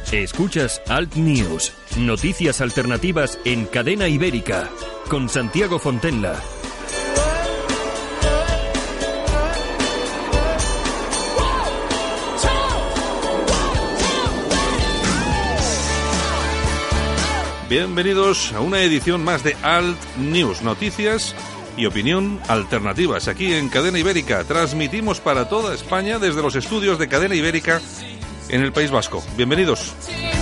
Escuchas Alt News, noticias alternativas en Cadena Ibérica, con Santiago Fontenla. Bienvenidos a una edición más de Alt News, noticias y opinión alternativas. Aquí en Cadena Ibérica transmitimos para toda España desde los estudios de Cadena Ibérica en el País Vasco. Bienvenidos.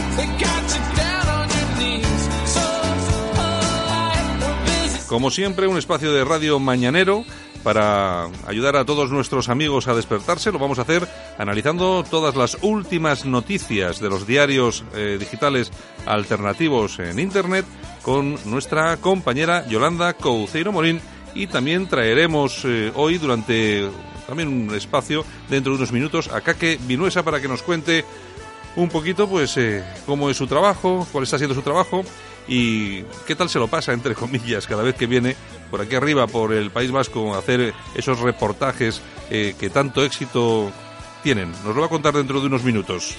Como siempre, un espacio de radio mañanero para ayudar a todos nuestros amigos a despertarse. Lo vamos a hacer analizando todas las últimas noticias de los diarios digitales alternativos en Internet con nuestra compañera Yolanda Couceiro Morín, y también traeremos hoy durante también un espacio dentro de unos minutos a Kake Vinuesa para que nos cuente un poquito pues cómo es su trabajo, cuál está siendo su trabajo y qué tal se lo pasa, entre comillas, cada vez que viene por aquí arriba, por el País Vasco, a hacer esos reportajes que tanto éxito tienen. Nos lo va a contar dentro de unos minutos.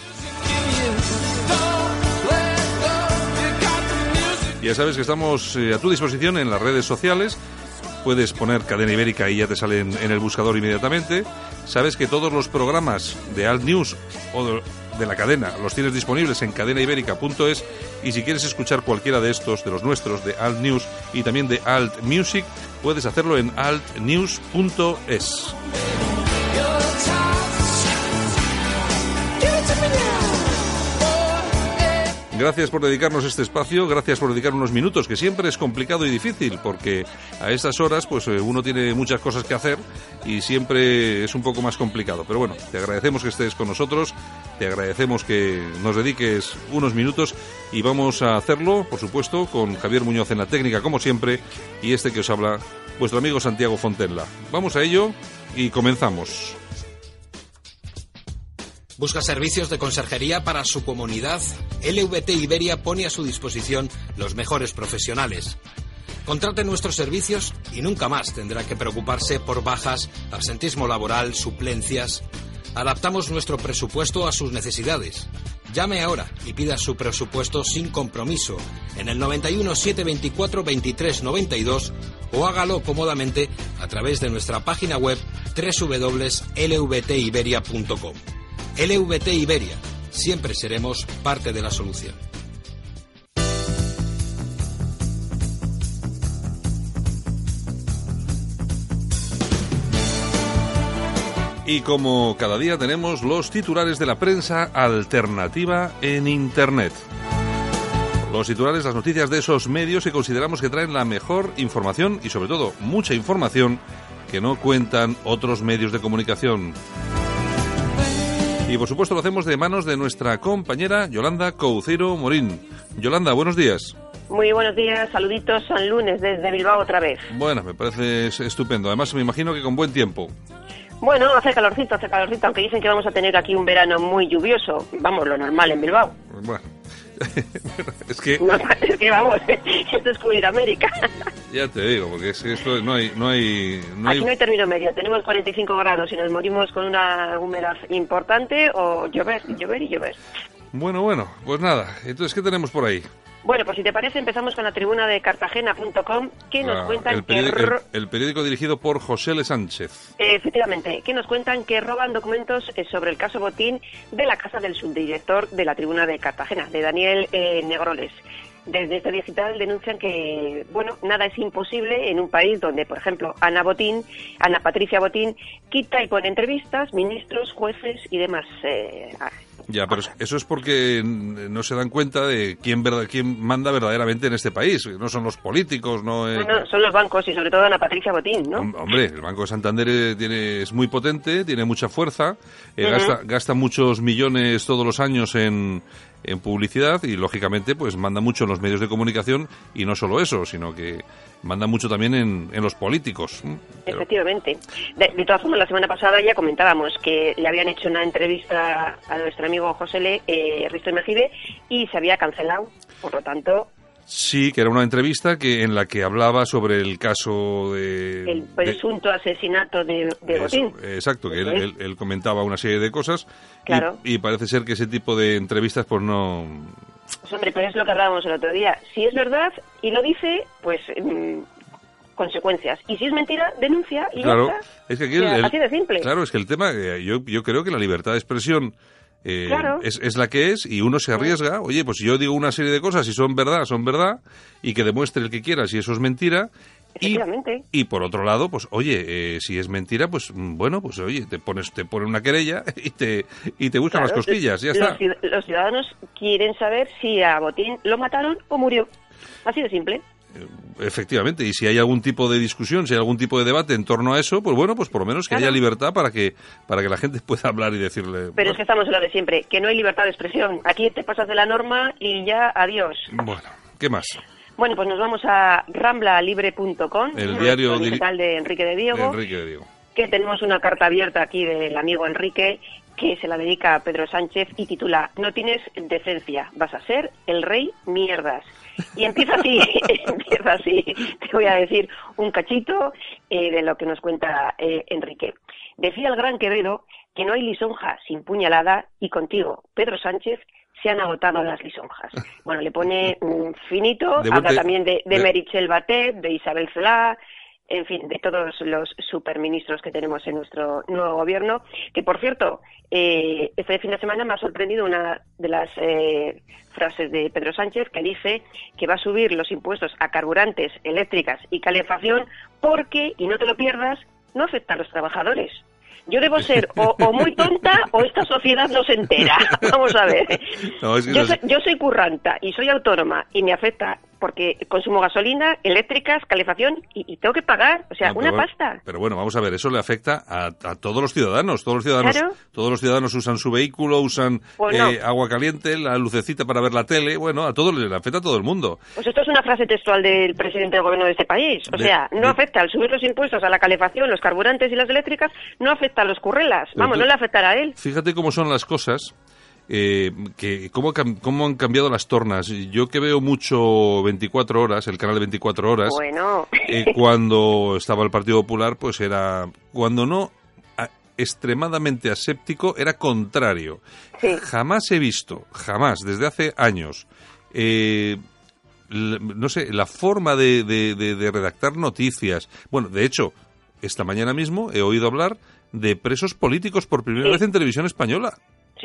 Ya sabes que estamos a tu disposición en las redes sociales. Puedes poner Cadena Ibérica y ya te salen en el buscador inmediatamente. Sabes que todos los programas de Alt News o de la cadena los tienes disponibles en cadenaiberica.es, y si quieres escuchar cualquiera de estos, de los nuestros, de Alt News y también de Alt Music, puedes hacerlo en altnews.es. Gracias por dedicarnos este espacio, gracias por dedicar unos minutos, que siempre es complicado y difícil, porque a estas horas pues uno tiene muchas cosas que hacer y siempre es un poco más complicado. Pero bueno, te agradecemos que estés con nosotros, te agradecemos que nos dediques unos minutos, y vamos a hacerlo, por supuesto, con Javier Muñoz en la técnica, como siempre, y este que os habla, vuestro amigo Santiago Fontenla. Vamos a ello y comenzamos. ¿Busca servicios de conserjería para su comunidad? LVT Iberia pone a su disposición los mejores profesionales. Contrate nuestros servicios y nunca más tendrá que preocuparse por bajas, absentismo laboral, suplencias. Adaptamos nuestro presupuesto a sus necesidades. Llame ahora y pida su presupuesto sin compromiso en el 91 724 23 92 o hágalo cómodamente a través de nuestra página web www.lvtiberia.com. LVT Iberia, siempre seremos parte de la solución. Y como cada día tenemos los titulares de la prensa alternativa en Internet. Los titulares, las noticias de esos medios que consideramos que traen la mejor información y sobre todo mucha información que no cuentan otros medios de comunicación. Y por supuesto lo hacemos de manos de nuestra compañera Yolanda Couceiro Morín. Yolanda, buenos días. Muy buenos días, saluditos, San Lunes desde Bilbao otra vez. Bueno, me parece estupendo. Además me imagino que con buen tiempo. Bueno, hace calorcito, aunque dicen que vamos a tener aquí un verano muy lluvioso. Vamos, lo normal en Bilbao. Bueno, es que... No, es que vamos, esto es como ir a América. Ya te digo, porque es que esto no hay... Aquí no hay término medio, tenemos 45 grados y nos morimos con una humedad importante, o llover. Bueno, pues nada, entonces, ¿qué tenemos por ahí? Bueno, pues si te parece, empezamos con la tribuna de Cartagena.com, que nos cuentan el periódico dirigido por José L. Sánchez. Efectivamente, que nos cuentan que roban documentos sobre el caso Botín de la casa del subdirector de la tribuna de Cartagena, de Daniel Negroles. Desde este digital denuncian que, bueno, nada es imposible en un país donde, por ejemplo, Ana Patricia Botín quita y pone entrevistas, ministros, jueces y demás. Ya, pero eso es porque no se dan cuenta de quién manda verdaderamente en este país. No son los políticos, no, son los bancos y sobre todo Ana Patricia Botín, ¿no? Hombre, el Banco de Santander es muy potente, tiene mucha fuerza, gasta muchos millones todos los años en publicidad y, lógicamente, pues manda mucho en los medios de comunicación, y no solo eso, sino que manda mucho también en los políticos. Efectivamente. De todas formas, la semana pasada ya comentábamos que le habían hecho una entrevista a nuestro amigo José L. Risto Mejide y se había cancelado. Por lo tanto, Sí, que era una entrevista en la que hablaba sobre el caso el presunto asesinato de Botín. Exacto, que él comentaba una serie de cosas. Claro. Y parece ser que ese tipo de entrevistas pues no... Pues hombre, pero es lo que hablábamos el otro día. Si es verdad y lo dice, pues consecuencias. Y si es mentira, denuncia y claro, ya está. Es que aquí así de simple. Claro, es que el tema, yo creo que la libertad de expresión claro. es la que es, y uno se arriesga. Oye, pues si yo digo una serie de cosas y son verdad, y que demuestre el que quiera si eso es mentira. Y por otro lado, pues oye, si es mentira, pues bueno, pues oye, te ponen una querella y te buscan las cosquillas, ya está. Los ciudadanos quieren saber si a Botín lo mataron o murió. Así de simple. Efectivamente, y si hay algún tipo de discusión, si hay algún tipo de debate en torno a eso, pues bueno, pues por lo menos que haya libertad para que la gente pueda hablar y decirle... Pero es que estamos en lo de siempre, que no hay libertad de expresión. Aquí te pasas de la norma y ya, adiós. Bueno, ¿qué más? Bueno, pues nos vamos a ramblalibre.com, el diario digital de Enrique de Diego, que tenemos una carta abierta aquí del amigo Enrique, que se la dedica a Pedro Sánchez y titula "No tienes decencia, vas a ser el rey mierdas". Y empieza así, te voy a decir un cachito de lo que nos cuenta Enrique. Decía el gran Quevedo que no hay lisonja sin puñalada y contigo, Pedro Sánchez, se han agotado las lisonjas. Bueno, le pone un finito, habla también de Meritxell Batet, de Isabel Celaá, en fin, de todos los superministros que tenemos en nuestro nuevo gobierno, que por cierto, este fin de semana me ha sorprendido una de las frases de Pedro Sánchez, que dice que va a subir los impuestos a carburantes, eléctricas y calefacción porque, y no te lo pierdas, no afecta a los trabajadores. Yo debo ser o muy tonta o esta sociedad no se entera. Vamos a ver. No, es que yo soy curranta y soy autónoma y me afecta porque consumo gasolina, eléctricas, calefacción y tengo que pagar, o sea, una pasta. Pero bueno, vamos a ver, eso le afecta a todos los ciudadanos. Claro. Todos los ciudadanos usan su vehículo, usan agua caliente, la lucecita para ver la tele, bueno, a todos les afecta a todo el mundo. Pues esto es una frase textual del presidente del gobierno de este país. O sea, no afecta al subir los impuestos a la calefacción, los carburantes y las eléctricas, no afecta a los currelas. Vamos, no le afectará a él. Fíjate cómo son las cosas. Cómo han cambiado las tornas. Yo que veo mucho 24 horas, el canal de 24 horas, bueno. Cuando estaba el Partido Popular, pues era, cuando no extremadamente aséptico, era contrario. Sí. Jamás he visto, desde hace años, no sé, la forma de redactar noticias. Bueno, de hecho, esta mañana mismo he oído hablar de presos políticos por primera vez en televisión española. Sí.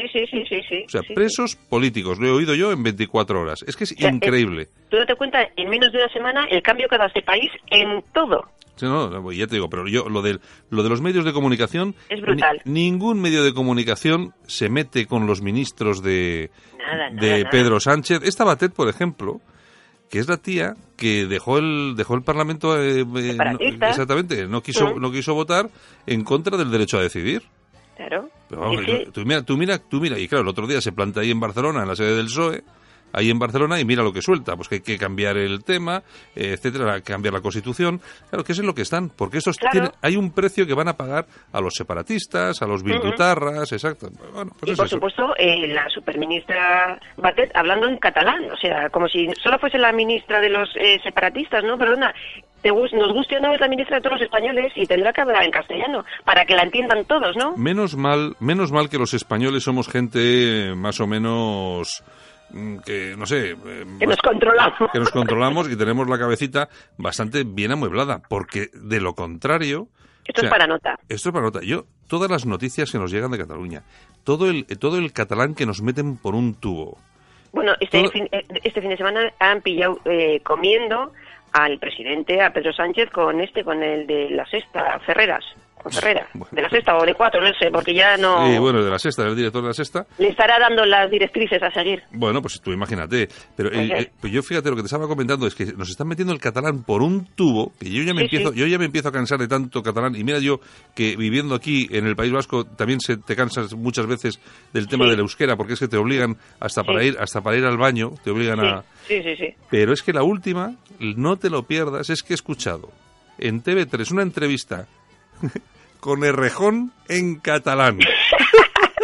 O sea, presos políticos, lo he oído yo en 24 horas. Es que es increíble. Tú date cuenta, en menos de una semana, el cambio que ha dado este país en todo. Sí, no, ya te digo, pero yo lo de los medios de comunicación... Es brutal. Ningún medio de comunicación se mete con los ministros de Pedro Sánchez. Esta Batet, por ejemplo, que es la tía que dejó el Parlamento... exactamente, no quiso votar en contra del derecho a decidir. Claro. Pero vamos, tú mira, y claro, el otro día se planta ahí en Barcelona, en la sede del PSOE, ahí en Barcelona, y mira lo que suelta, pues que hay que cambiar el tema, etcétera, cambiar la Constitución. Claro, que eso es lo que están, porque estos hay un precio que van a pagar a los separatistas, a los bildutarras, exacto. Bueno, pues y por supuesto, la superministra Batet hablando en catalán, o sea, como si solo fuese la ministra de los separatistas, ¿no? Perdona. Nos guste o no, es la ministra de todos los españoles y tendrá que hablar en castellano para que la entiendan todos, ¿no? Menos mal que los españoles somos gente más o menos que, no sé... que nos controlamos. Que nos controlamos y tenemos la cabecita bastante bien amueblada, porque de lo contrario... Esto es para nota. Todas las noticias que nos llegan de Cataluña, todo el catalán que nos meten por un tubo... Bueno, este fin de semana han pillado comiendo al presidente, a Pedro Sánchez, con el de la Sexta, Ferreras. Bueno. De la Sexta o de Cuatro, no sé, porque ya no... Sí, bueno, de la Sexta, el director de la Sexta. Le estará dando las directrices a seguir. Bueno, pues tú imagínate. Pero pues yo fíjate, lo que te estaba comentando es que nos están metiendo el catalán por un tubo, que yo ya me empiezo a cansar de tanto catalán. Y mira yo que viviendo aquí en el País Vasco también te cansas muchas veces del tema del euskera, porque es que te obligan hasta para ir al baño, te obligan a... Sí. Pero es que la última, no te lo pierdas, es que he escuchado en TV3 una entrevista... con Errejón en catalán.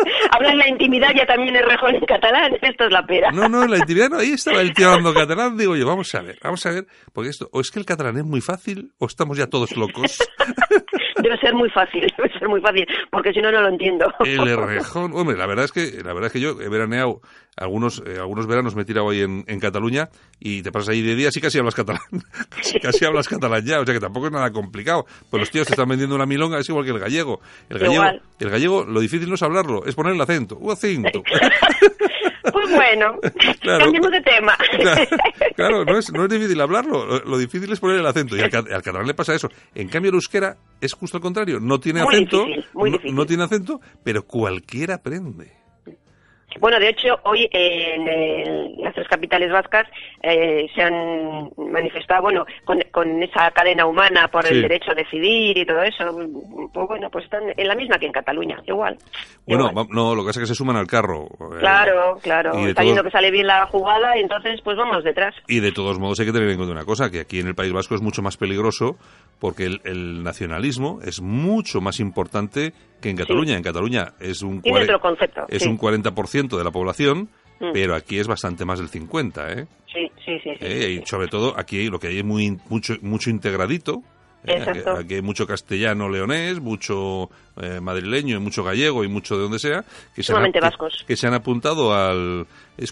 en la intimidad ya también es rejón en catalán, esto es la pera. No, en la intimidad no, ahí estaba el tío hablando catalán, digo yo, vamos a ver, porque esto, o es que el catalán es muy fácil, o estamos ya todos locos. Debe ser muy fácil, porque si no, no lo entiendo. El rejón, hombre, la verdad es que yo he veraneado, algunos veranos me he tirado ahí en Cataluña, y te pasas ahí de días y casi hablas catalán, casi hablas catalán ya, o sea que tampoco es nada complicado. Pues los tíos te están vendiendo una milonga, es igual que el gallego. El gallego, lo difícil no es hablarlo, es poner el acento. Acento. Pues bueno, claro, cambiemos de tema. Claro, no es difícil hablarlo, lo difícil es poner el acento, y al catalán le pasa eso. En cambio, el euskera es justo al contrario, no tiene acento, no tiene acento, pero cualquiera aprende. Bueno, de hecho, hoy en las 3 capitales vascas se han manifestado, bueno, con esa cadena humana por el derecho a decidir y todo eso. Pues bueno, pues están en la misma que en Cataluña, igual. Bueno, no, lo que pasa es que se suman al carro. Claro. Está viendo que sale bien la jugada y entonces pues vamos detrás. Y de todos modos hay que tener en cuenta una cosa, que aquí en el País Vasco es mucho más peligroso porque el nacionalismo es mucho más importante que en Cataluña. Sí. En Cataluña es un 40% de la población, pero aquí es bastante más del 50%, ¿eh? Sí. Y sobre todo aquí lo que hay es mucho integradito. Aquí hay mucho castellano leonés, mucho madrileño, y mucho gallego y mucho de donde sea, que se han apuntado al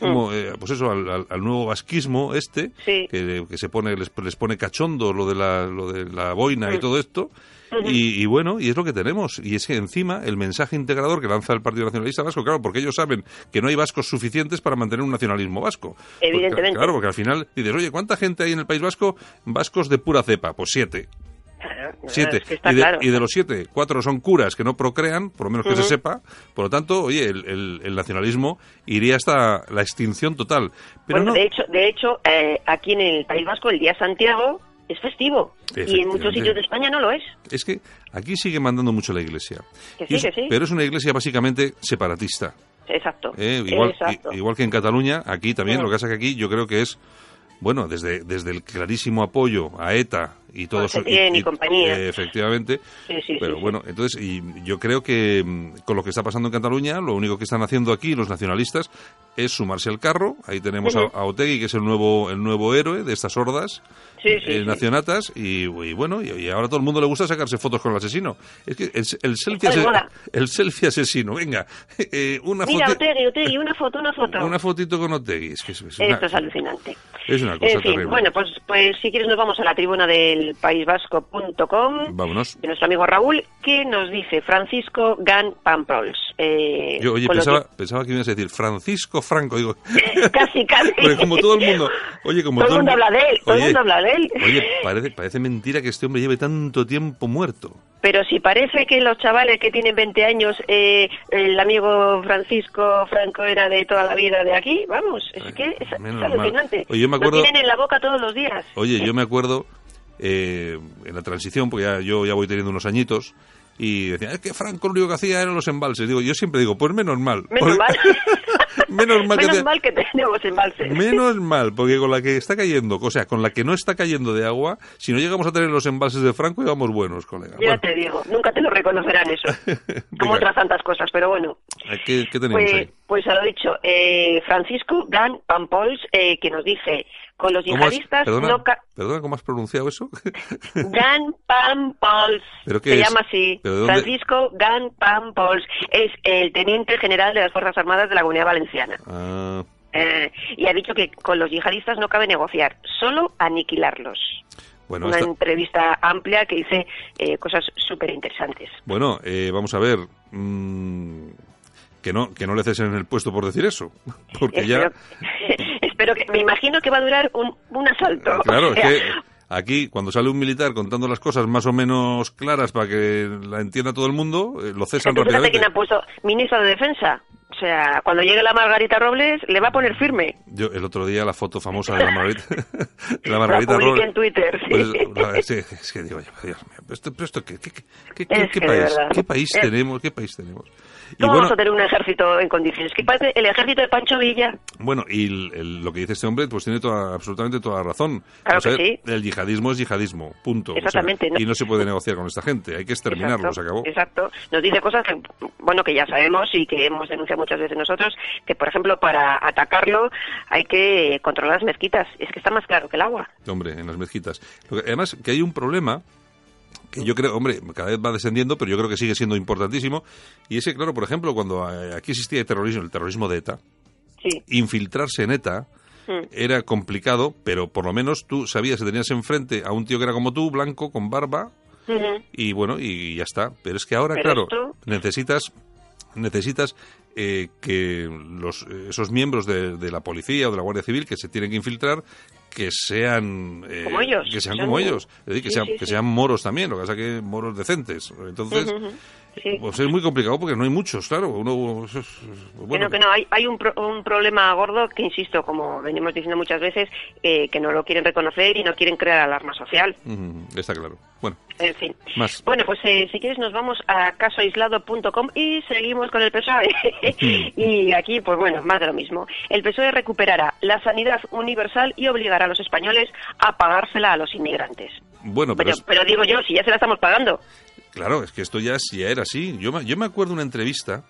al nuevo vasquismo que se pone les pone cachondo lo de la boina y todo esto. Y bueno, y es lo que tenemos. Y es que encima el mensaje integrador que lanza el Partido Nacionalista Vasco, claro, porque ellos saben que no hay vascos suficientes para mantener un nacionalismo vasco. Evidentemente. Claro, porque al final dices, oye, ¿cuánta gente hay en el País Vasco? Vascos de pura cepa. Pues 7. Claro, 7. Es que Y de los 7, 4 son curas que no procrean, por lo menos que se sepa. Por lo tanto, oye, el nacionalismo iría hasta la extinción total. Pero bueno, de hecho, aquí en el País Vasco el Día Santiago es festivo y en muchos sitios de España no lo es. Es que aquí sigue mandando mucho la Iglesia. Que sí. Pero es una Iglesia básicamente separatista. Exacto. Igual que en Cataluña, aquí también, lo que pasa es que aquí yo creo que es, bueno, desde el clarísimo apoyo a ETA y todo eso. Y compañía. Efectivamente. Pero bueno, entonces, y yo creo que con lo que está pasando en Cataluña, lo único que están haciendo aquí los nacionalistas es sumarse al carro. Ahí tenemos a Otegi, que es el nuevo héroe de estas hordas nacionatas, y bueno, y ahora a todo el mundo le gusta sacarse fotos con el asesino. Es que el selfie asesino, venga, Mira, Otegi, una foto. Una fotito con Otegi. Es que esto es alucinante. Es una cosa terrible. Bueno, pues si quieres nos vamos a la tribuna del paisvasco.com. Vámonos. De nuestro amigo Raúl, que nos dice Francisco Gan Pampols. Yo, pensaba que ibas a decir Francisco Franco, digo. Casi. Porque como todo el mundo, todo el mundo habla de él, todo el mundo habla de él. Oye, parece mentira que este hombre lleve tanto tiempo muerto. Pero si parece que los chavales que tienen 20 años, el amigo Francisco Franco era de toda la vida de aquí, vamos, es que es alucinante. Oye, yo me acuerdo, lo tienen en la boca todos los días. Oye, yo me acuerdo en la transición, porque yo ya voy teniendo unos añitos, y decían, es que Franco lo único que hacía eran los embalses. Yo siempre digo, pues menos mal. Menos mal que tenemos embalses. Menos mal, porque con la que está cayendo, o sea, con la que no está cayendo de agua, si no llegamos a tener los embalses de Franco, íbamos buenos, colega. Ya te digo, nunca te lo reconocerán eso. Como otras tantas cosas, pero bueno. ¿Qué tenemos ahí? Pues a lo dicho, Francisco Gan Pampols, que nos dice, con los yihadistas... Perdona, ¿cómo has pronunciado eso? Gan Pampols, se llama así. Francisco Gan Pampols, es el teniente general de las Fuerzas Armadas de la Comunidad Valenciana. Y ha dicho que con los yihadistas no cabe negociar, solo aniquilarlos. Bueno, una entrevista amplia que dice cosas súper interesantes. Bueno, vamos a ver... Que no le cesen el puesto por decir eso, porque espero que, me imagino que va a durar un asalto. Claro, es que aquí cuando sale un militar contando las cosas más o menos claras para que la entienda todo el mundo, lo cesan rápidamente. Fíjate quién ha puesto ministro de Defensa. O sea, cuando llegue la Margarita Robles, le va a poner firme. Yo, el otro día, la foto famosa de la Margarita la Robles... en Twitter, sí. Pues, es que digo, Dios mío, pero esto ¿qué país tenemos? ¿Qué país tenemos? ¿Cómo vamos a tener un ejército en condiciones? ¿Qué parece el ejército de Pancho Villa? Bueno, y lo que dice este hombre, pues tiene absolutamente toda la razón. Claro que sí. El yihadismo es yihadismo, punto. Exactamente. Y no se puede negociar con esta gente, hay que exterminarlo, se acabó. Exacto. Nos dice cosas que ya sabemos y que hemos denunciado muchas veces nosotros, que por ejemplo para atacarlo hay que controlar las mezquitas. Es que está más claro que el agua. Hombre, en las mezquitas. Además, que hay un problema que yo creo, hombre, cada vez va descendiendo, pero yo creo que sigue siendo importantísimo, y ese, claro, por ejemplo, cuando aquí existía el terrorismo de ETA, Sí. infiltrarse en ETA era complicado, pero por lo menos tú sabías que tenías enfrente a un tío que era como tú, blanco, con barba, y bueno, y ya está. Pero es que ahora, Pero claro, necesitas que esos miembros de la policía o de la Guardia Civil que se tienen que infiltrar, que sean como ellos. que sean como ellos, es decir, que sean moros también, lo que pasa que moros decentes. Entonces, pues es muy complicado porque no hay muchos, claro. Bueno, Que no, hay un problema gordo que, insisto, como venimos diciendo muchas veces, que no lo quieren reconocer y no quieren crear alarma social. Está claro. Bueno, en fin. Más. Bueno, pues si quieres nos vamos a casoaislado.com y seguimos con el PSOE. Y aquí, pues bueno, más de lo mismo. El PSOE recuperará la sanidad universal y obligará a los españoles a pagársela a los inmigrantes. Bueno, pero digo yo, si ya se la estamos pagando. Claro, es que esto ya era así. Yo me acuerdo de una entrevista,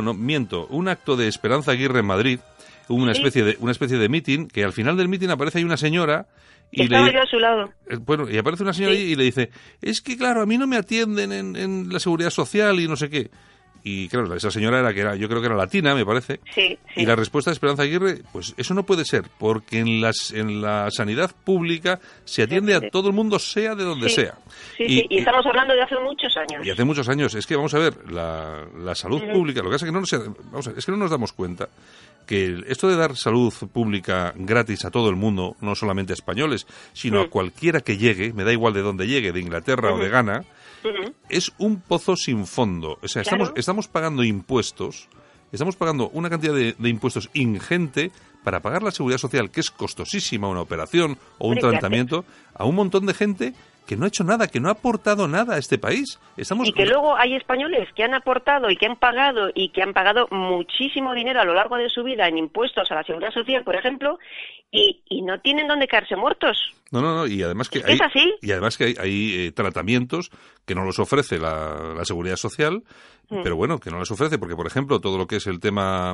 un acto de Esperanza Aguirre en Madrid, una especie de meeting, que al final del meeting aparece ahí una señora y estaba yo a su lado. Y aparece una señora y le dice, es que claro, a mí no me atienden en la seguridad social y no sé qué. Y claro, esa señora yo creo que era latina, me parece. Sí. Y la respuesta de Esperanza Aguirre, pues eso no puede ser, porque en la sanidad pública se atiende a todo el mundo, sea de donde sea. Sí, y estamos hablando de hace muchos años. Y hace muchos años. Es que vamos a ver, la salud pública, lo que pasa es que no nos damos cuenta que esto de dar salud pública gratis a todo el mundo, no solamente a españoles, sino a cualquiera que llegue, me da igual de dónde llegue, de Inglaterra o de Ghana, es un pozo sin fondo. O sea, estamos pagando impuestos, estamos pagando una cantidad de impuestos ingente para pagar la seguridad social, que es costosísima, una operación o un tratamiento, a un montón de gente que no ha hecho nada, que no ha aportado nada a este país. Y que luego hay españoles que han aportado y que han pagado muchísimo dinero a lo largo de su vida en impuestos a la seguridad social, por ejemplo, y no tienen dónde caerse muertos. No, y además que ¿Es así? Y además que hay tratamientos que no los ofrece la seguridad social, pero bueno, que no les ofrece, porque por ejemplo, todo lo que es el tema,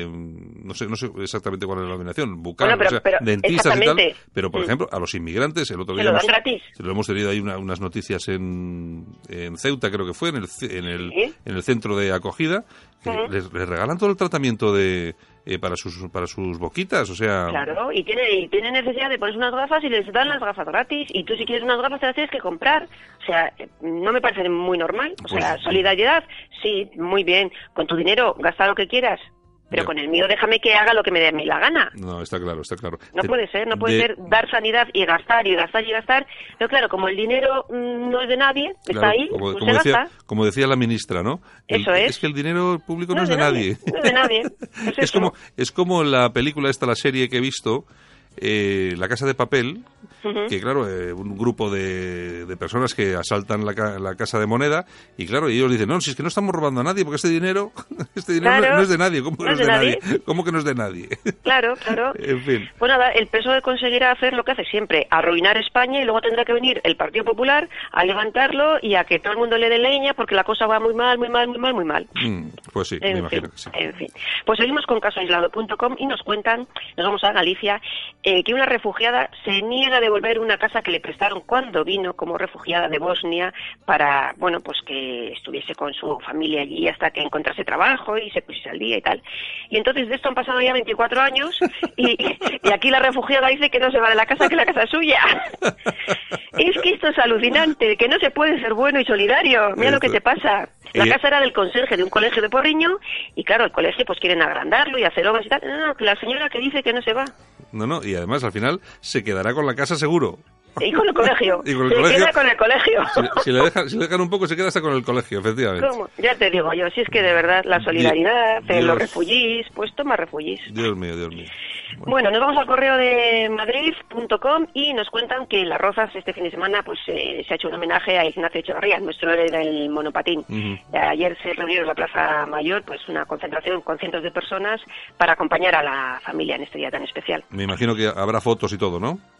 no sé exactamente cuál es la denominación, bucal, dentistas y tal, pero por ejemplo, a los inmigrantes, el otro día lo dan gratis. Lo hemos tenido ahí unas noticias en Ceuta, creo que fue, en el centro de acogida, que les regalan todo el tratamiento para sus boquitas, o sea... Claro, y tiene necesidad de ponerse unas gafas y les dan las gafas gratis, y tú si quieres unas gafas te las tienes que comprar. O sea, no me parece muy normal. O sea, solidaridad, sí, muy bien. Con tu dinero, gasta lo que quieras. Pero con el mío déjame que haga lo que me dé a mí la gana. No, está claro. No puede ser dar sanidad y gastar y gastar y gastar. Pero claro, como el dinero no es de nadie, está ahí, como decía la ministra, ¿no? Es que el dinero público no es de nadie. No es de nadie. Es como la película la serie que he visto, La Casa de Papel, que claro, un grupo de personas que asaltan la casa de moneda, y claro, ellos dicen, no, si es que no estamos robando a nadie, porque este dinero no es de nadie. ¿Cómo que no es de nadie? ¿Cómo que no es de nadie? Claro. En fin. Pues nada, el PSOE conseguirá hacer lo que hace siempre, arruinar España, y luego tendrá que venir el Partido Popular a levantarlo y a que todo el mundo le dé leña, porque la cosa va muy mal. Pues sí, me imagino que sí. En fin. Pues seguimos con casoaislado.com y nos vamos a Galicia, que una refugiada se niega a devolver una casa que le prestaron cuando vino como refugiada de Bosnia para, pues que estuviese con su familia allí hasta que encontrase trabajo y se pusiese al día y tal. Y entonces de esto han pasado ya 24 años y aquí la refugiada dice que no se va de la casa, que la casa es suya. Es que esto es alucinante, que no se puede ser bueno y solidario. Mira lo que te pasa. La casa era del conserje de un colegio de Porriño y claro, el colegio pues quieren agrandarlo y hacer obras y tal. No, la señora que dice que no se va. No, y además al final se quedará con la casa seguro. Y con el colegio. Queda con el colegio. Si le dejan un poco, se queda hasta con el colegio, efectivamente. ¿Cómo? Ya te digo yo, si es que de verdad la solidaridad, los refugiés, pues toma refugiés. Dios mío. Bueno, nos vamos al correo de madrid.com y nos cuentan que en Las Rozas este fin de semana pues se ha hecho un homenaje a Ignacio Echevarría, nuestro héroe del monopatín. Ayer se reunieron en la Plaza Mayor pues una concentración con cientos de personas para acompañar a la familia en este día tan especial. Me imagino que habrá fotos y todo, ¿no?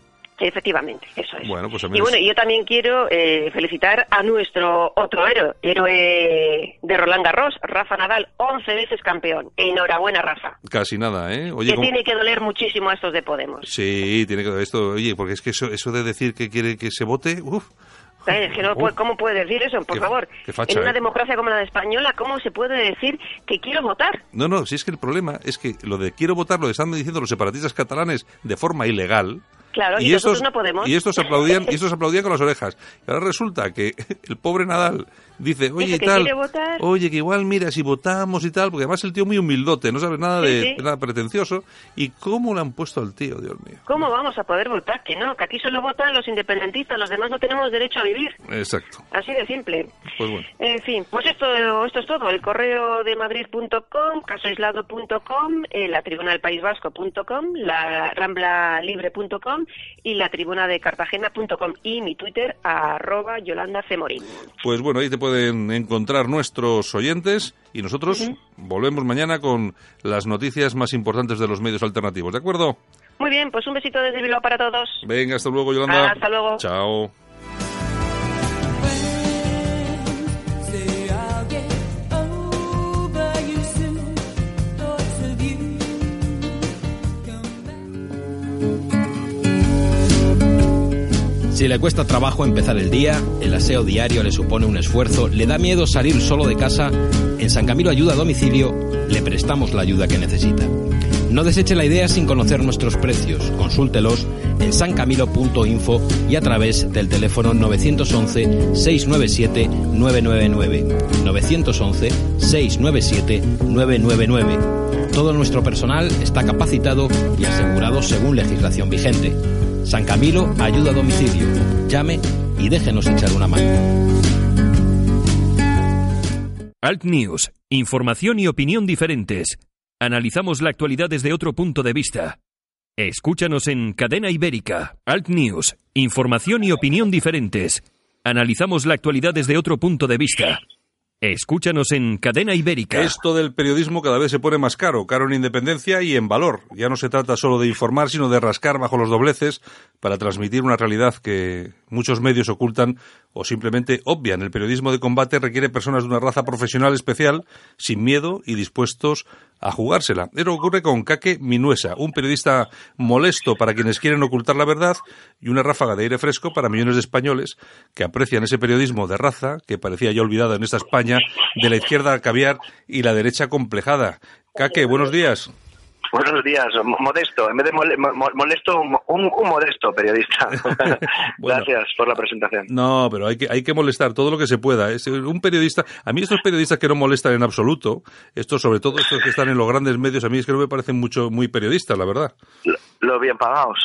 Efectivamente, eso es. Bueno, pues y bueno, yo también quiero felicitar a nuestro otro héroe de Roland Garros, Rafa Nadal, 11 veces campeón. Enhorabuena, Rafa. Casi nada, ¿eh? Oye, que tiene que doler muchísimo a estos de Podemos. Sí, tiene que doler esto, oye, porque es que eso de decir que quiere que se vote, Es que no puede, ¿cómo puede decir eso? Por favor, facha, en una democracia como la española, ¿cómo se puede decir que quiero votar? No, si es que el problema es que lo de quiero votar lo están diciendo los separatistas catalanes de forma ilegal. Claro, y nosotros no podemos. Y estos aplaudían con las orejas. Y ahora resulta que el pobre Nadal dice, oye, y tal, oye, que igual mira, si votamos y tal, porque además el tío muy humildote, no sabe nada nada pretencioso. ¿Y cómo le han puesto al tío, Dios mío? ¿Cómo vamos a poder votar? Que no, que aquí solo votan los independentistas, los demás no tenemos derecho a vivir. Exacto. Así de simple. Pues bueno. En fin, pues esto es todo. El correo de Madrid.com, casoaislado.com, la tribuna del País Vasco.com, la ramblalibre.com y la tribuna de Cartagena.com y mi Twitter, @YolandaCemorín. Pues bueno, ahí te pueden encontrar nuestros oyentes y nosotros volvemos mañana con las noticias más importantes de los medios alternativos, ¿de acuerdo? Muy bien, pues un besito desde Bilbao para todos. Venga, hasta luego, Yolanda. Hasta luego. Chao. Si le cuesta trabajo empezar el día, el aseo diario le supone un esfuerzo, le da miedo salir solo de casa, en San Camilo Ayuda a Domicilio le prestamos la ayuda que necesita. No deseche la idea sin conocer nuestros precios. Consúltelos en sancamilo.info y a través del teléfono 911-697-999. 911-697-999. Todo nuestro personal está capacitado y asegurado según legislación vigente. San Camilo Ayuda a Domicilio. Llame y déjenos echar una mano. Alt News. Información y opinión diferentes. Analizamos la actualidad desde otro punto de vista. Escúchanos en Cadena Ibérica. Alt News. Información y opinión diferentes. Analizamos la actualidad desde otro punto de vista. Escúchanos en Cadena Ibérica. Esto del periodismo cada vez se pone más caro en independencia y en valor. Ya no se trata solo de informar, sino de rascar bajo los dobleces para transmitir una realidad que muchos medios ocultan o simplemente obvian. El periodismo de combate requiere personas de una raza profesional especial, sin miedo y dispuestos a jugársela. Eso ocurre con Kake Minuesa, un periodista molesto para quienes quieren ocultar la verdad y una ráfaga de aire fresco para millones de españoles que aprecian ese periodismo de raza que parecía ya olvidado en esta España de la izquierda caviar y la derecha complejada. Kake, buenos días. Buenos días, modesto, en vez de molesto, un modesto periodista. Bueno, gracias por la presentación. No, pero hay que molestar todo lo que se pueda. Es un periodista, a mí estos periodistas que no molestan en absoluto, estos sobre todo estos que están en los grandes medios, a mí es que no me parecen muy periodistas, la verdad. Los bien pagados.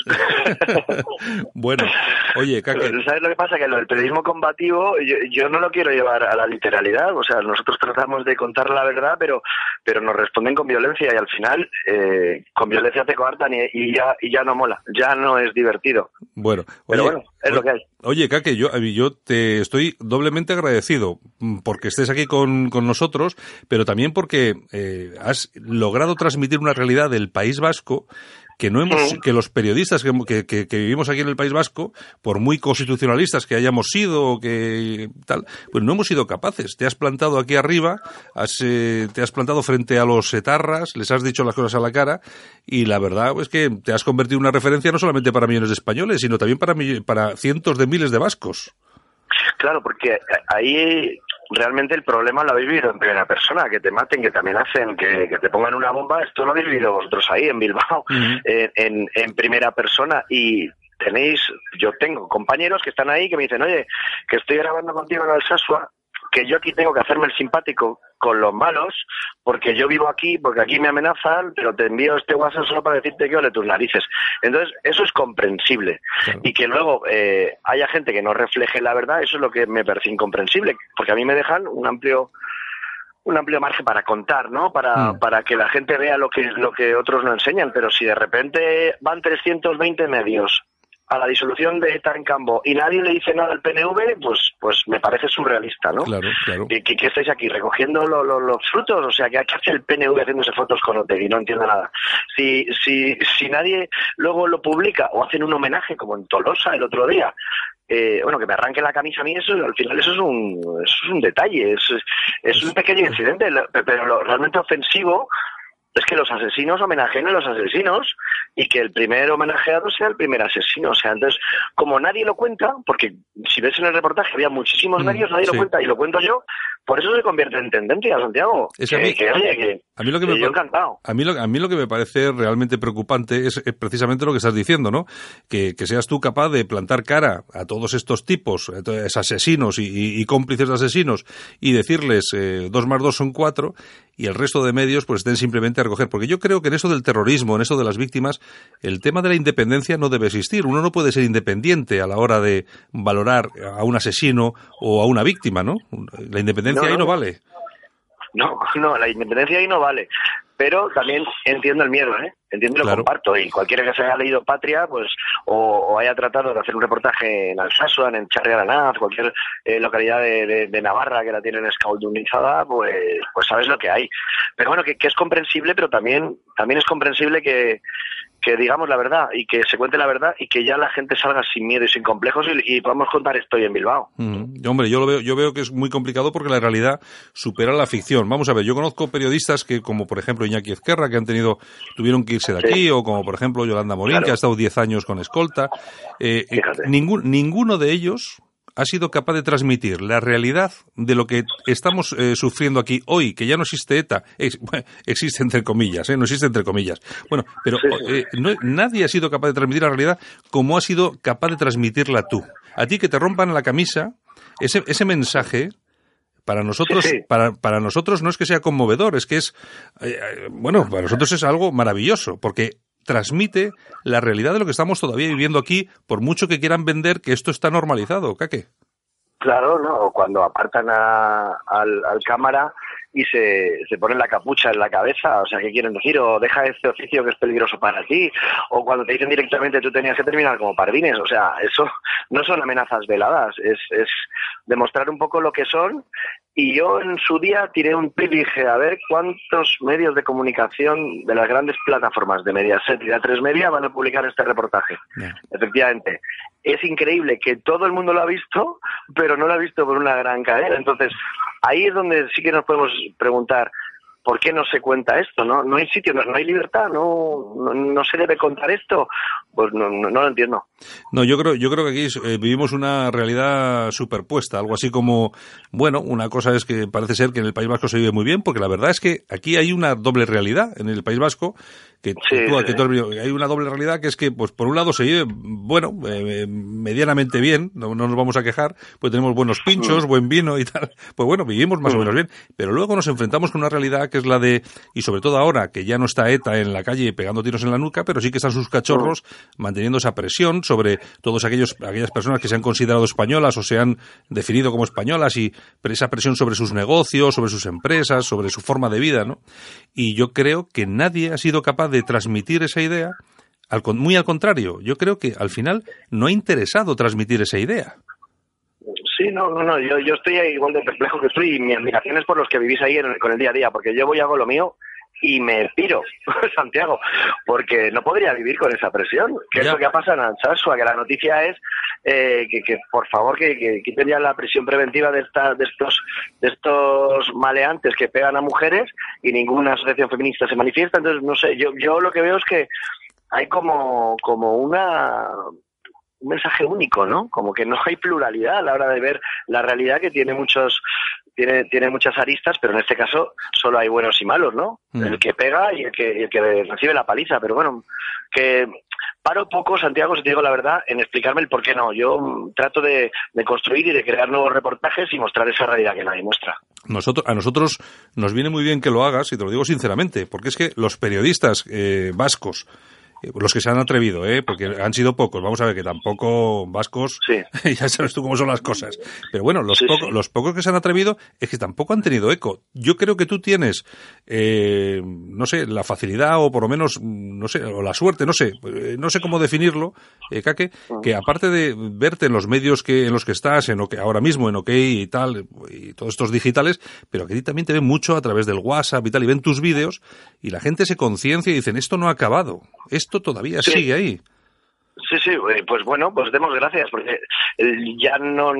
Bueno, oye, Kake. ¿Sabes lo que pasa? Que lo del periodismo combativo yo no lo quiero llevar a la literalidad. O sea, nosotros tratamos de contar la verdad, pero nos responden con violencia y al final con violencia te coartan y ya no mola, ya no es divertido. Bueno, pero bueno, es lo que hay. Oye, Kake, yo te estoy doblemente agradecido porque estés aquí con nosotros, pero también porque has logrado transmitir una realidad del País Vasco que los periodistas que vivimos aquí en el País Vasco, por muy constitucionalistas que hayamos sido o que tal, pues no hemos sido capaces. Te has plantado aquí arriba, te has plantado frente a los etarras, les has dicho las cosas a la cara y la verdad es que te has convertido en una referencia no solamente para millones de españoles, sino también para cientos de miles de vascos. Claro, porque ahí realmente el problema lo habéis vivido en primera persona, que te maten, que te amenacen, que te pongan una bomba, esto lo habéis vivido vosotros ahí en Bilbao, en primera persona y yo tengo compañeros que están ahí que me dicen, oye, que estoy grabando contigo en Alsasua, que yo aquí tengo que hacerme el simpático con los malos, porque yo vivo aquí, porque aquí me amenazan, pero te envío este WhatsApp solo para decirte que ole tus narices. Entonces, eso es comprensible. Claro. Y que luego haya gente que no refleje la verdad, eso es lo que me parece incomprensible, porque a mí me dejan un amplio margen para contar, ¿no? Para que la gente vea lo que otros no enseñan, pero si de repente van 320 medios a la disolución de ETA en Cambó y nadie le dice nada al PNV, pues me parece surrealista, ¿no? Claro. ¿Qué estáis aquí recogiendo los frutos? O sea, ¿qué hace el PNV haciéndose fotos con Otegi? No entiendo nada. Si nadie luego lo publica o hacen un homenaje como en Tolosa el otro día, que me arranque la camisa a mí, eso al final eso es un detalle, es un pequeño incidente, pero lo realmente ofensivo es que los asesinos homenajeen a los asesinos y que el primer homenajeado sea el primer asesino. O sea, entonces, como nadie lo cuenta, porque si ves en el reportaje había muchísimos medios, nadie lo cuenta y lo cuento yo, por eso se convierte en tendencia, Santiago. A mí lo que me parece realmente preocupante es precisamente lo que estás diciendo, ¿no? Que seas tú capaz de plantar cara a todos estos tipos, a todos asesinos y cómplices de asesinos, y decirles 2 más 2 son 4, y el resto de medios pues estén simplemente a recoger. Porque yo creo que en eso del terrorismo, en eso de las víctimas, el tema de la independencia no debe existir. Uno no puede ser independiente a la hora de valorar a un asesino o a una víctima, ¿no? La independencia ahí no vale. No, la independencia ahí no vale. Pero también entiendo el miedo, ¿eh? Entiendo y lo comparto. Y cualquiera que se haya leído Patria, pues, o haya tratado de hacer un reportaje en Alsasua, en Charri Aranaz, cualquier localidad de Navarra que la tienen escaldunizada, pues sabes lo que hay. Pero bueno, que es comprensible, pero también es comprensible que digamos la verdad y que se cuente la verdad y que ya la gente salga sin miedo y sin complejos y podamos contar esto en Bilbao. Hombre, yo veo que es muy complicado porque la realidad supera la ficción. Vamos a ver, yo conozco periodistas que, como por ejemplo Iñaki Ezquerra, que tuvieron que irse de aquí, o como por ejemplo Yolanda Morín, que ha estado 10 años con escolta. Ninguno de ellos ha sido capaz de transmitir la realidad de lo que estamos sufriendo aquí hoy, que ya no existe ETA, existe entre comillas, no existe entre comillas. Bueno, pero nadie ha sido capaz de transmitir la realidad como has sido capaz de transmitirla tú. A ti que te rompan la camisa, ese mensaje para nosotros, para nosotros no es que sea conmovedor, es que es, para nosotros es algo maravilloso, porque transmite la realidad de lo que estamos todavía viviendo aquí, por mucho que quieran vender que esto está normalizado, ¿Caque? Claro, ¿no? Cuando apartan al cámara y se ponen la capucha en la cabeza, o sea, ¿qué quieren decir? O deja este oficio que es peligroso para ti, o cuando te dicen directamente tú tenías que terminar como Pardines, o sea, eso no son amenazas veladas, es demostrar un poco lo que son. Y yo en su día tiré un tweet y dije, a ver cuántos medios de comunicación de las grandes plataformas de Mediaset y de A3 Media van a publicar este reportaje. Efectivamente, es increíble que todo el mundo lo ha visto, pero no lo ha visto por una gran cadena. Entonces, ahí es donde sí que nos podemos preguntar, ¿por qué no se cuenta esto? No hay sitio, no hay libertad, no se debe contar esto. Pues no lo entiendo. No, yo creo que aquí vivimos una realidad superpuesta, algo así como, una cosa es que parece ser que en el País Vasco se vive muy bien, porque la verdad es que aquí hay una doble realidad en el País Vasco, hay una doble realidad que es que, pues por un lado se vive, medianamente bien, no nos vamos a quejar, pues tenemos buenos pinchos, buen vino y tal, pues vivimos más o menos bien, pero luego nos enfrentamos con una realidad que es la de, y sobre todo ahora, que ya no está ETA en la calle pegando tiros en la nuca, pero sí que están sus cachorros manteniendo esa presión sobre todos aquellas personas que se han considerado españolas o se han definido como españolas, y esa presión sobre sus negocios, sobre sus empresas, sobre su forma de vida, ¿no? Y yo creo que nadie ha sido capaz de transmitir esa idea, muy al contrario, yo creo que al final no ha interesado transmitir esa idea. Sí, yo estoy igual de perplejo que tú, y mi admiración es por los que vivís ahí con el día a día, porque yo voy y hago lo mío y me piro, Santiago, porque no podría vivir con esa presión. ¿Qué es lo que ha pasado en Alsasua? Que la noticia es que por favor que quiten ya la prisión preventiva de estos maleantes que pegan a mujeres, y ninguna asociación feminista se manifiesta. Entonces, no sé, yo lo que veo es que hay como un mensaje único, ¿no? Como que no hay pluralidad a la hora de ver la realidad, que tiene muchas aristas, pero en este caso solo hay buenos y malos, ¿no? El que pega y el que recibe la paliza. Pero que paro poco, Santiago, si te digo la verdad, en explicarme el por qué no. Yo trato de construir y de crear nuevos reportajes y mostrar esa realidad que nadie muestra. A nosotros nos viene muy bien que lo hagas, y te lo digo sinceramente, porque es que los periodistas vascos los que se han atrevido, porque han sido pocos, vamos a ver que tampoco vascos, sí. Ya sabes tú cómo son las cosas, pero bueno, los pocos que se han atrevido es que tampoco han tenido eco. Yo creo que tú tienes, no sé, la facilidad o por lo menos, no sé, o la suerte, no sé cómo definirlo, Kake, que aparte de verte en los medios en los que estás, ahora mismo en OK y tal, y todos estos digitales, pero que a ti también te ven mucho a través del WhatsApp y tal, y ven tus vídeos, y la gente se conciencia y dicen, esto no ha acabado, esto todavía sigue ahí. Sí, pues bueno, pues demos gracias, porque ya no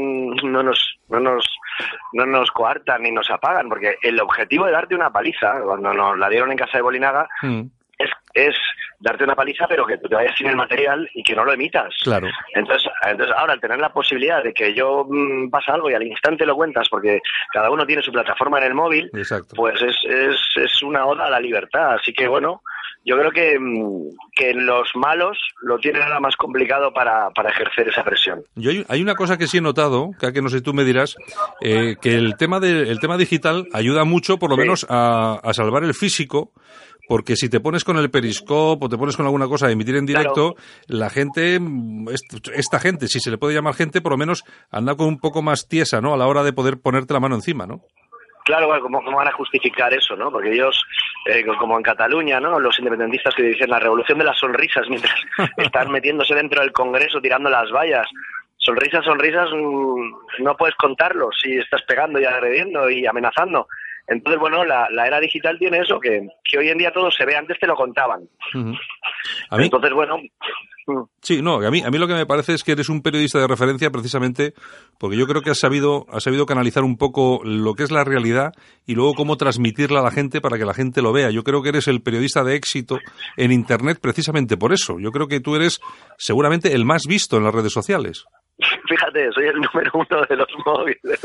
nos coartan ni nos apagan, porque el objetivo de darte una paliza, cuando nos la dieron en casa de Bolinaga, es darte una paliza, pero que tú te vayas sin el material y que no lo emitas. Claro. Entonces ahora, al tener la posibilidad de que yo pasa algo y al instante lo cuentas, porque cada uno tiene su plataforma en el móvil, exacto, pues es una oda a la libertad. Así que bueno, yo creo que los malos lo tienen ahora más complicado para ejercer esa presión. Hay una cosa que sí he notado, que no sé, tú me dirás, que el tema digital ayuda mucho, por lo menos, a salvar el físico. Porque si te pones con el Periscope o te pones con alguna cosa a emitir en directo, claro, la gente, esta gente, si se le puede llamar gente, por lo menos anda con un poco más tiesa, ¿no? A la hora de poder ponerte la mano encima, ¿no? Claro, bueno, ¿cómo van a justificar eso, no? Porque ellos, como en Cataluña, ¿no? Los independentistas que dicen la revolución de las sonrisas mientras están metiéndose dentro del Congreso tirando las vallas. Sonrisas, no puedes contarlo si estás pegando y agrediendo y amenazando. Entonces, bueno, la era digital tiene eso, que hoy en día todo se ve, antes te lo contaban. Uh-huh. Entonces, bueno... Sí, no, a mí lo que me parece es que eres un periodista de referencia precisamente porque yo creo que has sabido canalizar un poco lo que es la realidad y luego cómo transmitirla a la gente para que la gente lo vea. Yo creo que eres el periodista de éxito en Internet precisamente por eso. Yo creo que tú eres seguramente el más visto en las redes sociales. Fíjate, soy el número 1 de los móviles.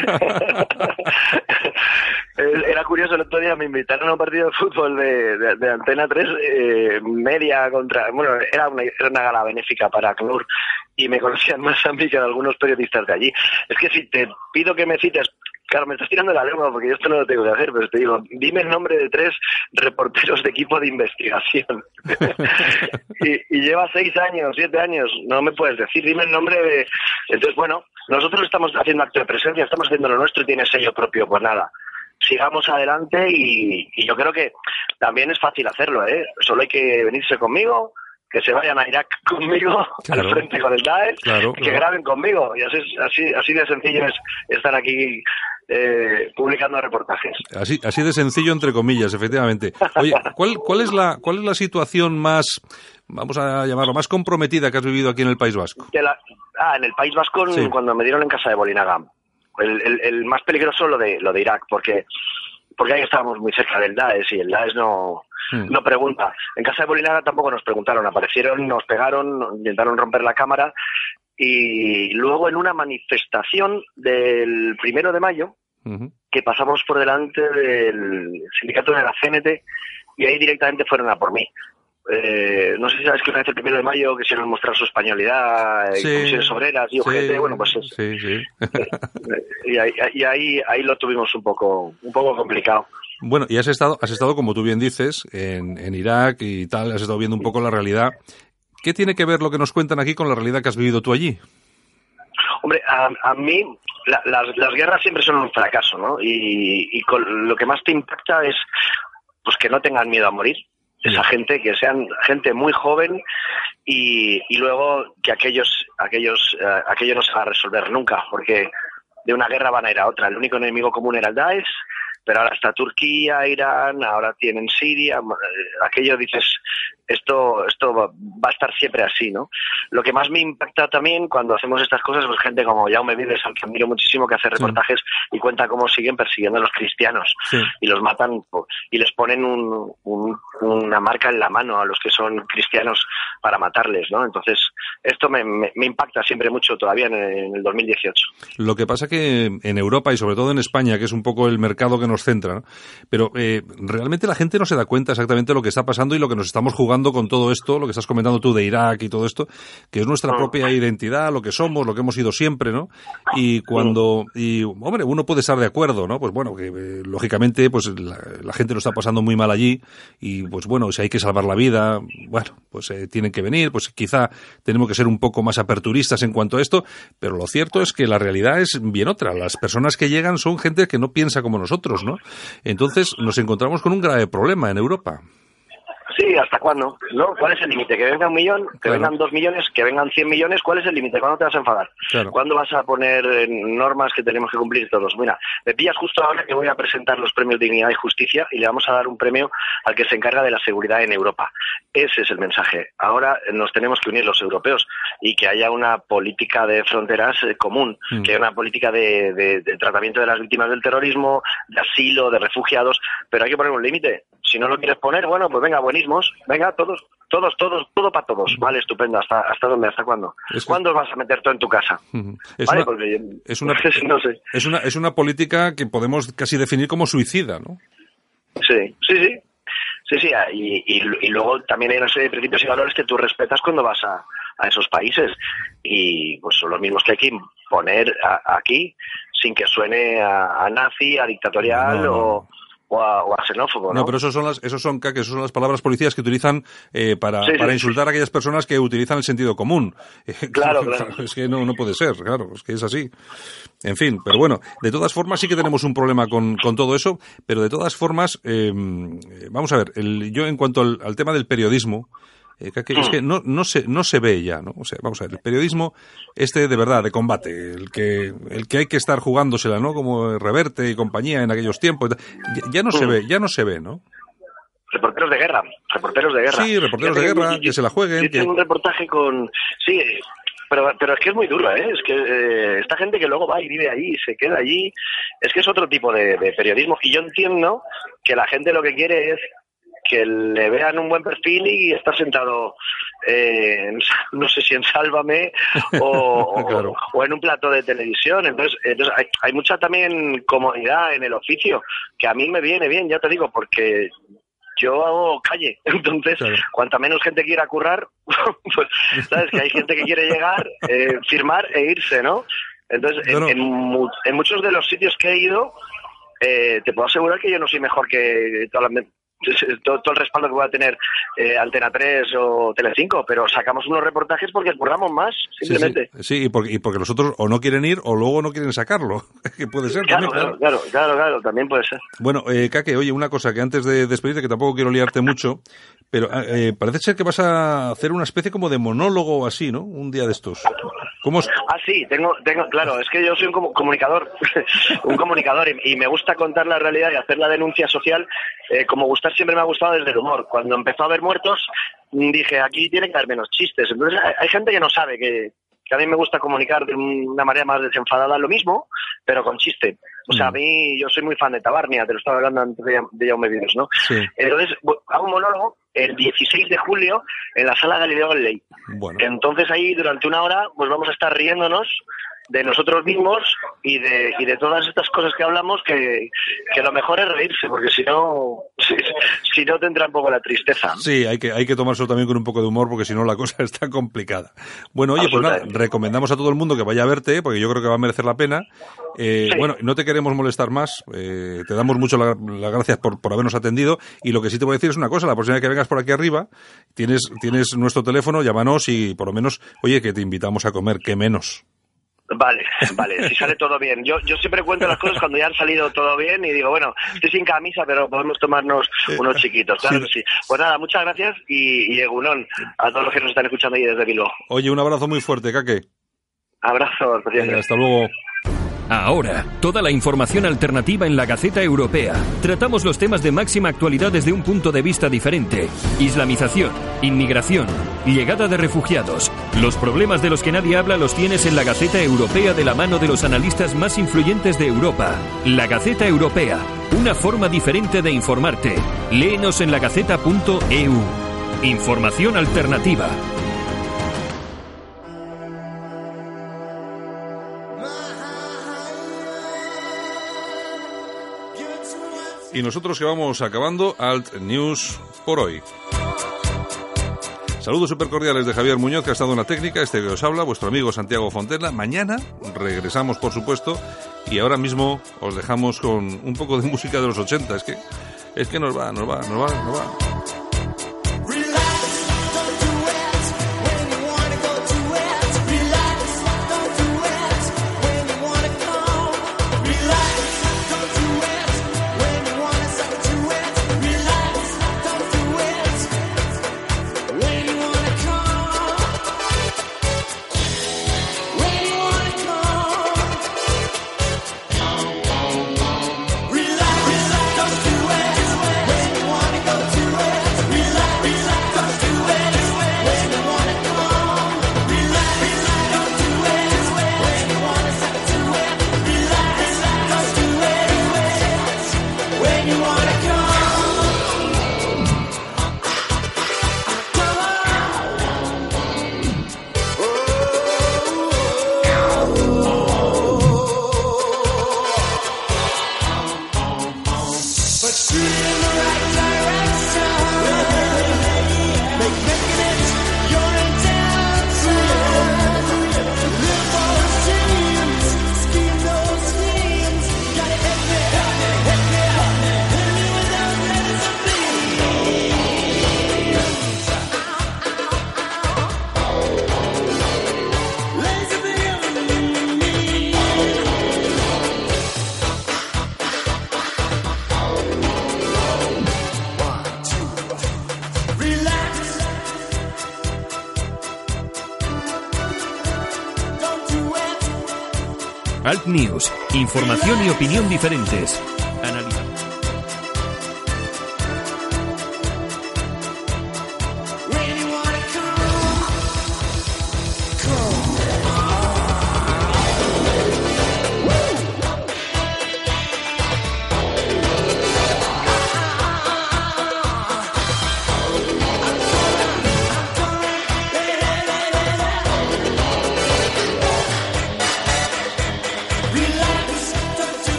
Era curioso, el otro día me invitaron a un partido de fútbol de Antena 3, media contra... Bueno, era una gala benéfica para CNUR y me conocían más a mí que a algunos periodistas de allí. Es que si te pido que me cites... Claro, me estás tirando la lengua porque yo esto no lo tengo que hacer, pero te digo, dime el nombre de 3 reporteros de equipo de investigación. y lleva 6 años, 7 años, no me puedes decir, dime el nombre de... Entonces, bueno, nosotros estamos haciendo acto de presencia, estamos haciendo lo nuestro y tiene sello propio, pues nada. Sigamos adelante y yo creo que también es fácil hacerlo, ¿eh? Solo hay que venirse conmigo, que se vayan a Irak conmigo, claro, al frente con el Daesh, claro, que graben conmigo. Y así de sencillo es estar aquí publicando reportajes. Así de sencillo, entre comillas, efectivamente. Oye, ¿cuál es la situación más, vamos a llamarlo, más comprometida que has vivido aquí en el País Vasco? En el País Vasco, sí, cuando me dieron en casa de Bolinaga. El más peligroso lo de Irak, porque ahí estábamos muy cerca del Daesh y el Daesh no pregunta. En casa de Bolinaga tampoco nos preguntaron, aparecieron, nos pegaron, intentaron romper la cámara y luego en una manifestación del 1 de mayo, que pasamos por delante del sindicato de la CNT y ahí directamente fueron a por mí. No sé si sabes que una vez el 1 de mayo quisieron mostrar su españolidad, sí, comisiones obreras y UGT, sí, bueno, pues eso. Sí. y ahí lo tuvimos un poco complicado. Bueno, y has estado, como tú bien dices, en Irak y tal, has estado viendo un poco la realidad. ¿Qué tiene que ver lo que nos cuentan aquí con la realidad que has vivido tú allí? Hombre, a mí las guerras siempre son un fracaso, ¿no? Y lo que más te impacta es pues que no tengan miedo a morir. Esa gente, que sean gente muy joven y luego que aquello no se va a resolver nunca, porque de una guerra van a ir a otra. El único enemigo común era el Daesh, pero ahora está Turquía, Irán, ahora tienen Siria. Aquello dices, esto va a estar siempre así, ¿no? Lo que más me impacta también cuando hacemos estas cosas, pues gente como Jaume Vives, al que admiro muchísimo, que hace reportajes y cuenta cómo siguen persiguiendo a los cristianos y los matan y les ponen una marca en la mano a los que son cristianos para matarles, ¿no? Entonces, esto me impacta siempre mucho todavía en el 2018. Lo que pasa que en Europa y sobre todo en España, que es un poco el mercado que nos nos centra, ¿no? Pero realmente la gente no se da cuenta exactamente de lo que está pasando y lo que nos estamos jugando con todo esto, lo que estás comentando tú de Irak y todo esto, que es nuestra propia identidad, lo que somos, lo que hemos sido siempre, ¿no? Y hombre, uno puede estar de acuerdo, ¿no? Pues bueno, que lógicamente pues la gente lo está pasando muy mal allí y pues bueno, si hay que salvar la vida, bueno, pues tienen que venir, pues quizá tenemos que ser un poco más aperturistas en cuanto a esto, pero lo cierto es que la realidad es bien otra. Las personas que llegan son gente que no piensa como nosotros, ¿no? Entonces nos encontramos con un grave problema en Europa. Sí, ¿hasta cuándo? ¿No? ¿Cuál es el límite? ¿Que venga 1 millón? ¿Que vengan 2 millones? ¿Que vengan 100 millones? ¿Cuál es el límite? ¿Cuándo te vas a enfadar? Claro. ¿Cuándo vas a poner normas que tenemos que cumplir todos? Mira, me pillas justo ahora que voy a presentar los premios Dignidad y Justicia y le vamos a dar un premio al que se encarga de la seguridad en Europa. Ese es el mensaje. Ahora nos tenemos que unir los europeos y que haya una política de fronteras común, que haya una política de tratamiento de las víctimas del terrorismo, de asilo, de refugiados, pero hay que poner un límite. Si no lo quieres poner, bueno, pues venga, buenismos, venga, todo para todos. Vale, estupendo. ¿Hasta dónde? ¿Hasta cuándo? ¿Cuándo vas a meter todo en tu casa? Es una política que podemos casi definir como suicida, ¿no? Sí. Y luego también hay una serie de principios y valores que tú respetas cuando vas a esos países. Y pues son los mismos que hay que imponer aquí, sin que suene a nazi, a dictatorial o a xenófobo, ¿no? No, pero esos son las palabras policías que utilizan para insultar a aquellas personas que utilizan el sentido común. Claro. Es que no puede ser, claro, es que es así. En fin, pero bueno, de todas formas sí que tenemos un problema con todo eso, pero de todas formas, vamos a ver, yo en cuanto al tema del periodismo, es que no se ve ya, ¿no? O sea, vamos a ver, el periodismo de verdad, de combate, el que hay que estar jugándosela, ¿no? Como Reverte y compañía en aquellos tiempos, ya no se ve, ¿no? Reporteros de guerra. Sí, reporteros de guerra, que se la jueguen. Yo tengo un reportaje con... Sí, pero es que es muy duro, ¿eh? Es que esta gente que luego va y vive allí y se queda allí, es que es otro tipo de periodismo. Y yo entiendo que la gente lo que quiere es que le vean un buen perfil y estar sentado, no sé si en Sálvame claro. o en un plato de televisión. Entonces hay mucha también comodidad en el oficio, que a mí me viene bien, ya te digo, porque yo hago calle. Entonces, claro, cuanta menos gente quiera currar, pues sabes que hay gente que quiere llegar, firmar e irse, ¿no? Entonces, en muchos de los sitios que he ido, te puedo asegurar que yo no soy mejor que todo el respaldo que pueda tener Antena 3 o Telecinco, pero sacamos unos reportajes porque curramos más, simplemente. Sí, y porque los otros o no quieren ir o luego no quieren sacarlo, que puede ser claro, también. Claro, también puede ser. Bueno, Kake, oye, una cosa que antes de despedirte, que tampoco quiero liarte mucho, pero parece ser que vas a hacer una especie como de monólogo o así, ¿no? Un día de estos. ¿Cómo es? Sí, tengo, claro, es que yo soy un comunicador, y me gusta contar la realidad y hacer la denuncia social, como siempre me ha gustado desde el humor. Cuando empezó a haber muertos, dije, aquí tiene que haber menos chistes. Entonces hay gente que no sabe que a mí me gusta comunicar de una manera más desenfadada lo mismo, pero con chiste. O sea, a mí, yo soy muy fan de Tabarnia, te lo estaba hablando antes de Jaume Vives, ¿no? Sí. Entonces, hago un monólogo el 16 de julio en la Sala Galileo Galilei. Bueno. Entonces ahí, durante 1 hora, pues vamos a estar riéndonos de nosotros mismos y de todas estas cosas que hablamos, que lo mejor es reírse, porque si no te entra un poco la tristeza. Sí, hay que tomárselo también con un poco de humor, porque si no la cosa está complicada. Bueno, oye, pues nada, recomendamos a todo el mundo que vaya a verte, porque yo creo que va a merecer la pena. Sí. Bueno, no te queremos molestar más, te damos mucho las gracias por habernos atendido, y lo que sí te voy a decir es una cosa: la próxima vez que vengas por aquí arriba, tienes nuestro teléfono, llámanos y por lo menos, oye, que te invitamos a comer, qué menos. Vale, si sale todo bien. Yo siempre cuento las cosas cuando ya han salido todo bien y digo, bueno, estoy sin camisa, pero podemos tomarnos unos chiquitos. Claro que sí. Pues nada, muchas gracias y egunón a todos los que nos están escuchando ahí desde Bilbao. Oye, un abrazo muy fuerte, Kake. Abrazo. Venga, hasta luego. Ahora, toda la información alternativa en la Gaceta Europea. Tratamos los temas de máxima actualidad desde un punto de vista diferente. Islamización, inmigración, llegada de refugiados. Los problemas de los que nadie habla los tienes en la Gaceta Europea, de la mano de los analistas más influyentes de Europa. La Gaceta Europea, una forma diferente de informarte. Léenos en lagaceta.eu. Información alternativa. Y nosotros que vamos acabando Alt News por hoy. Saludos súper cordiales de Javier Muñoz, que ha estado en la técnica, que os habla, vuestro amigo Santiago Fontela. Mañana regresamos, por supuesto, y ahora mismo os dejamos con un poco de música de los 80. Es que nos va. Alt News, información y opinión diferentes.